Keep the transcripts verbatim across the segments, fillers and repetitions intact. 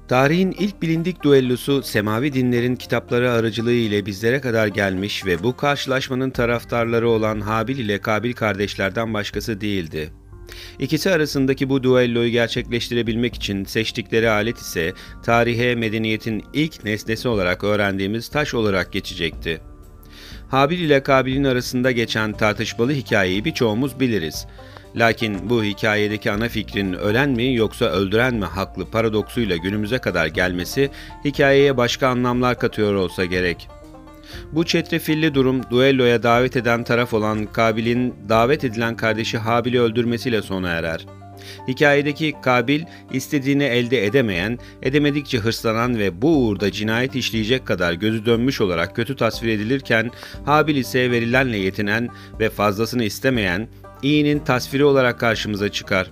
Tarihin ilk bilindik düellosu semavi dinlerin kitapları aracılığı ile bizlere kadar gelmiş ve bu karşılaşmanın taraftarları olan Habil ile Kabil kardeşlerden başkası değildi. İkisi arasındaki bu düelloyu gerçekleştirebilmek için seçtikleri alet ise tarihe medeniyetin ilk nesnesi olarak öğrendiğimiz taş olarak geçecekti. Habil ile Kabil'in arasında geçen tartışmalı hikayeyi birçoğumuz biliriz. Lakin bu hikayedeki ana fikrin ölen mi yoksa öldüren mi haklı paradoksuyla günümüze kadar gelmesi hikayeye başka anlamlar katıyor olsa gerek. Bu çetrefilli durum düelloya davet eden taraf olan Kabil'in davet edilen kardeşi Habil'i öldürmesiyle sona erer. Hikayedeki Kabil, istediğini elde edemeyen, edemedikçe hırslanan ve bu uğurda cinayet işleyecek kadar gözü dönmüş olarak kötü tasvir edilirken, Habil ise verilenle yetinen ve fazlasını istemeyen, iyinin tasviri olarak karşımıza çıkar.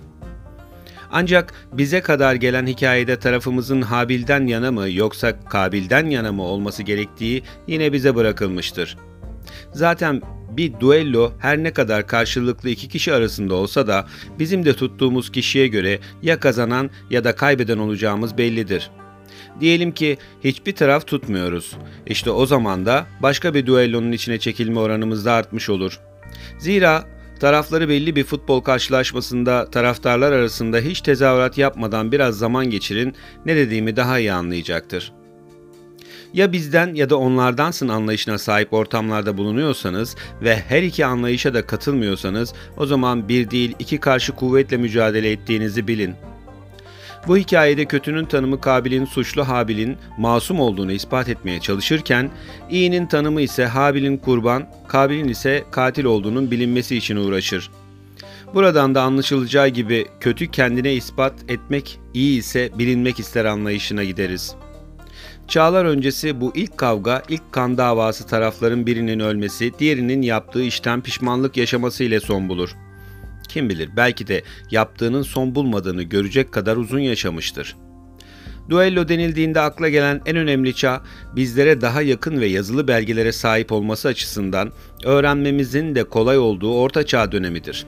Ancak bize kadar gelen hikayede tarafımızın Habil'den yana mı yoksa Kabil'den yana mı olması gerektiği yine bize bırakılmıştır. Zaten bir düello her ne kadar karşılıklı iki kişi arasında olsa da bizim de tuttuğumuz kişiye göre ya kazanan ya da kaybeden olacağımız bellidir. Diyelim ki hiçbir taraf tutmuyoruz. İşte o zaman da başka bir düellonun içine çekilme oranımız da artmış olur. Zira tarafları belli bir futbol karşılaşmasında taraftarlar arasında hiç tezahürat yapmadan biraz zaman geçirin, ne dediğimi daha iyi anlayacaktır. Ya bizden ya da onlardansın anlayışına sahip ortamlarda bulunuyorsanız ve her iki anlayışa da katılmıyorsanız o zaman bir değil iki karşı kuvvetle mücadele ettiğinizi bilin. Bu hikayede kötünün tanımı Kabil'in suçlu Habil'in masum olduğunu ispat etmeye çalışırken, iyinin tanımı ise Habil'in kurban, Kabil'in ise katil olduğunun bilinmesi için uğraşır. Buradan da anlaşılacağı gibi kötü kendine ispat etmek, iyi ise bilinmek ister anlayışına gideriz. Çağlar öncesi bu ilk kavga, ilk kan davası tarafların birinin ölmesi, diğerinin yaptığı işten pişmanlık yaşaması ile son bulur. Kim bilir belki de yaptığının son bulmadığını görecek kadar uzun yaşamıştır. Düello denildiğinde akla gelen en önemli çağ, bizlere daha yakın ve yazılı belgelere sahip olması açısından öğrenmemizin de kolay olduğu Orta Çağ dönemidir.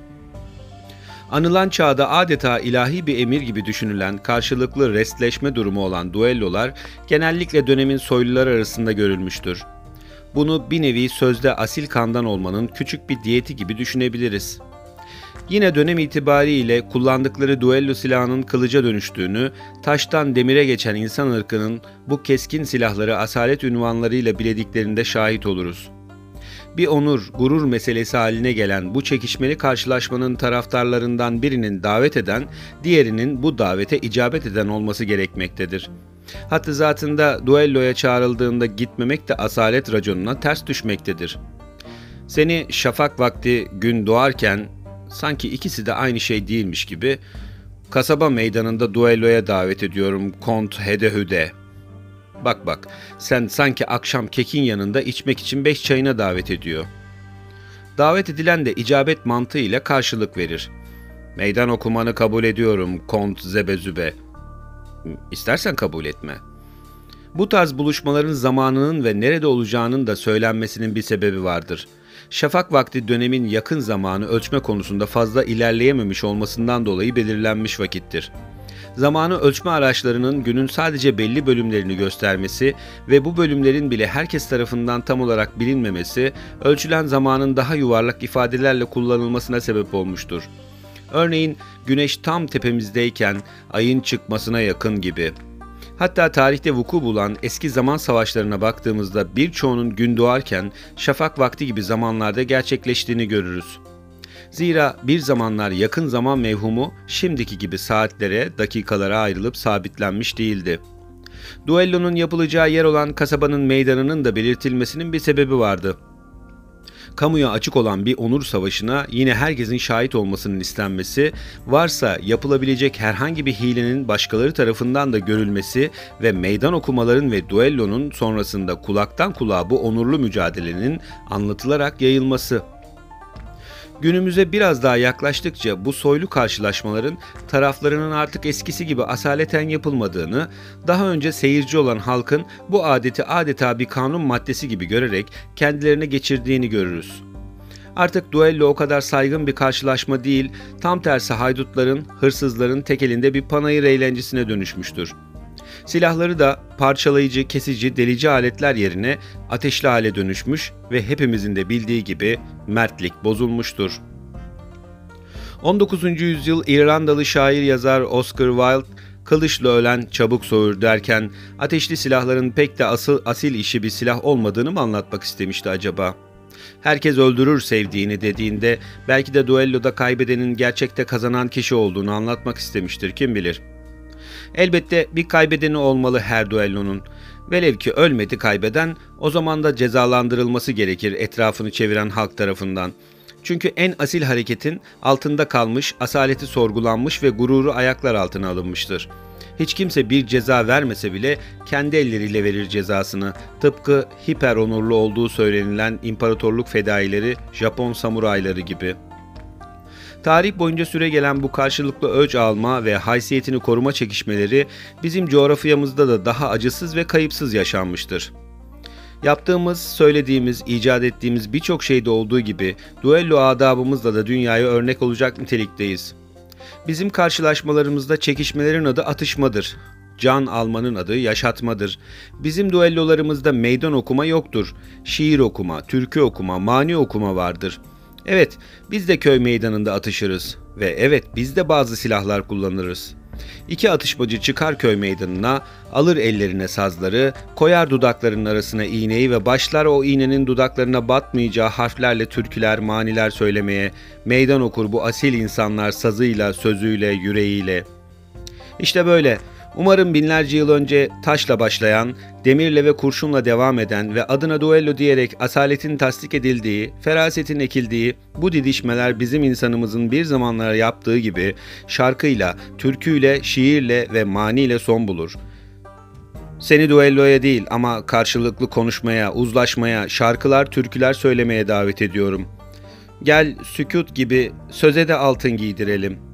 Anılan çağda adeta ilahi bir emir gibi düşünülen karşılıklı restleşme durumu olan düellolar genellikle dönemin soylular arasında görülmüştür. Bunu bir nevi sözde asil kandan olmanın küçük bir diyeti gibi düşünebiliriz. Yine dönem itibariyle kullandıkları düello silahının kılıca dönüştüğünü, taştan demire geçen insan ırkının bu keskin silahları asalet ünvanlarıyla bilediklerinde şahit oluruz. Bir onur, gurur meselesi haline gelen bu çekişmeli karşılaşmanın taraftarlarından birinin davet eden, diğerinin bu davete icabet eden olması gerekmektedir. Hatta zatında düelloya çağrıldığında gitmemek de asalet raconuna ters düşmektedir. Seni şafak vakti gün doğarken, sanki ikisi de aynı şey değilmiş gibi, kasaba meydanında düelloya davet ediyorum Kont Hedehüde. Bak bak, sen sanki akşam kekin yanında içmek için beş çayına davet ediyor. Davet edilen de icabet mantığıyla karşılık verir. Meydan okumanı kabul ediyorum Kont Zebezübe. İstersen kabul etme. Bu tarz buluşmaların zamanının ve nerede olacağının da söylenmesinin bir sebebi vardır. Şafak vakti dönemin yakın zamanı ölçme konusunda fazla ilerleyememiş olmasından dolayı belirlenmiş vakittir. Zamanı ölçme araçlarının günün sadece belli bölümlerini göstermesi ve bu bölümlerin bile herkes tarafından tam olarak bilinmemesi, ölçülen zamanın daha yuvarlak ifadelerle kullanılmasına sebep olmuştur. Örneğin güneş tam tepemizdeyken ayın çıkmasına yakın gibi. Hatta tarihte vuku bulan eski zaman savaşlarına baktığımızda birçoğunun gün doğarken şafak vakti gibi zamanlarda gerçekleştiğini görürüz. Zira bir zamanlar yakın zaman mevhumu şimdiki gibi saatlere, dakikalara ayrılıp sabitlenmiş değildi. Düellonun yapılacağı yer olan kasabanın meydanının da belirtilmesinin bir sebebi vardı. Kamuya açık olan bir onur savaşına yine herkesin şahit olmasının istenmesi, varsa yapılabilecek herhangi bir hilenin başkaları tarafından da görülmesi ve meydan okumaların ve düellonun sonrasında kulaktan kulağa bu onurlu mücadelenin anlatılarak yayılması. Günümüze biraz daha yaklaştıkça bu soylu karşılaşmaların taraflarının artık eskisi gibi asaleten yapılmadığını, daha önce seyirci olan halkın bu adeti adeta bir kanun maddesi gibi görerek kendilerine geçirdiğini görürüz. Artık düello o kadar saygın bir karşılaşma değil, tam tersi haydutların, hırsızların tek elinde bir panayır eğlencesine dönüşmüştür. Silahları da parçalayıcı, kesici, delici aletler yerine ateşli hale dönüşmüş ve hepimizin de bildiği gibi mertlik bozulmuştur. on dokuzuncu yüzyıl İrlandalı şair yazar Oscar Wilde, "Kılıçla ölen çabuk soğur" derken ateşli silahların pek de asıl asil işi bir silah olmadığını mı anlatmak istemişti acaba? Herkes öldürür sevdiğini dediğinde belki de duelloda kaybedenin gerçekte kazanan kişi olduğunu anlatmak istemiştir, kim bilir. Elbette bir kaybedeni olmalı her duellonun. Velev ki ölmedi kaybeden, o zaman da cezalandırılması gerekir etrafını çeviren halk tarafından. Çünkü en asil hareketin altında kalmış, asaleti sorgulanmış ve gururu ayaklar altına alınmıştır. Hiç kimse bir ceza vermese bile kendi elleriyle verir cezasını. Tıpkı hiper onurlu olduğu söylenilen imparatorluk fedaileri, Japon samurayları gibi. Tarih boyunca süregelen bu karşılıklı öc alma ve haysiyetini koruma çekişmeleri bizim coğrafyamızda da daha acısız ve kayıpsız yaşanmıştır. Yaptığımız, söylediğimiz, icat ettiğimiz birçok şeyde olduğu gibi duello adabımızla da dünyaya örnek olacak nitelikteyiz. Bizim karşılaşmalarımızda çekişmelerin adı atışmadır. Can almanın adı yaşatmadır. Bizim duellolarımızda meydan okuma yoktur. Şiir okuma, türkü okuma, mani okuma vardır. Evet, biz de köy meydanında atışırız ve evet biz de bazı silahlar kullanırız. İki atışmacı çıkar köy meydanına, alır ellerine sazları, koyar dudaklarının arasına iğneyi ve başlar o iğnenin dudaklarına batmayacağı harflerle türküler, maniler söylemeye, meydan okur bu asil insanlar sazıyla, sözüyle, yüreğiyle. İşte böyle. Umarım binlerce yıl önce taşla başlayan, demirle ve kurşunla devam eden ve adına duello diyerek asaletin tasdik edildiği, ferasetin ekildiği bu didişmeler bizim insanımızın bir zamanlar yaptığı gibi şarkıyla, türküyle, şiirle ve maniyle son bulur. Seni duelloya değil ama karşılıklı konuşmaya, uzlaşmaya, şarkılar, türküler söylemeye davet ediyorum. Gel sükût gibi söze de altın giydirelim.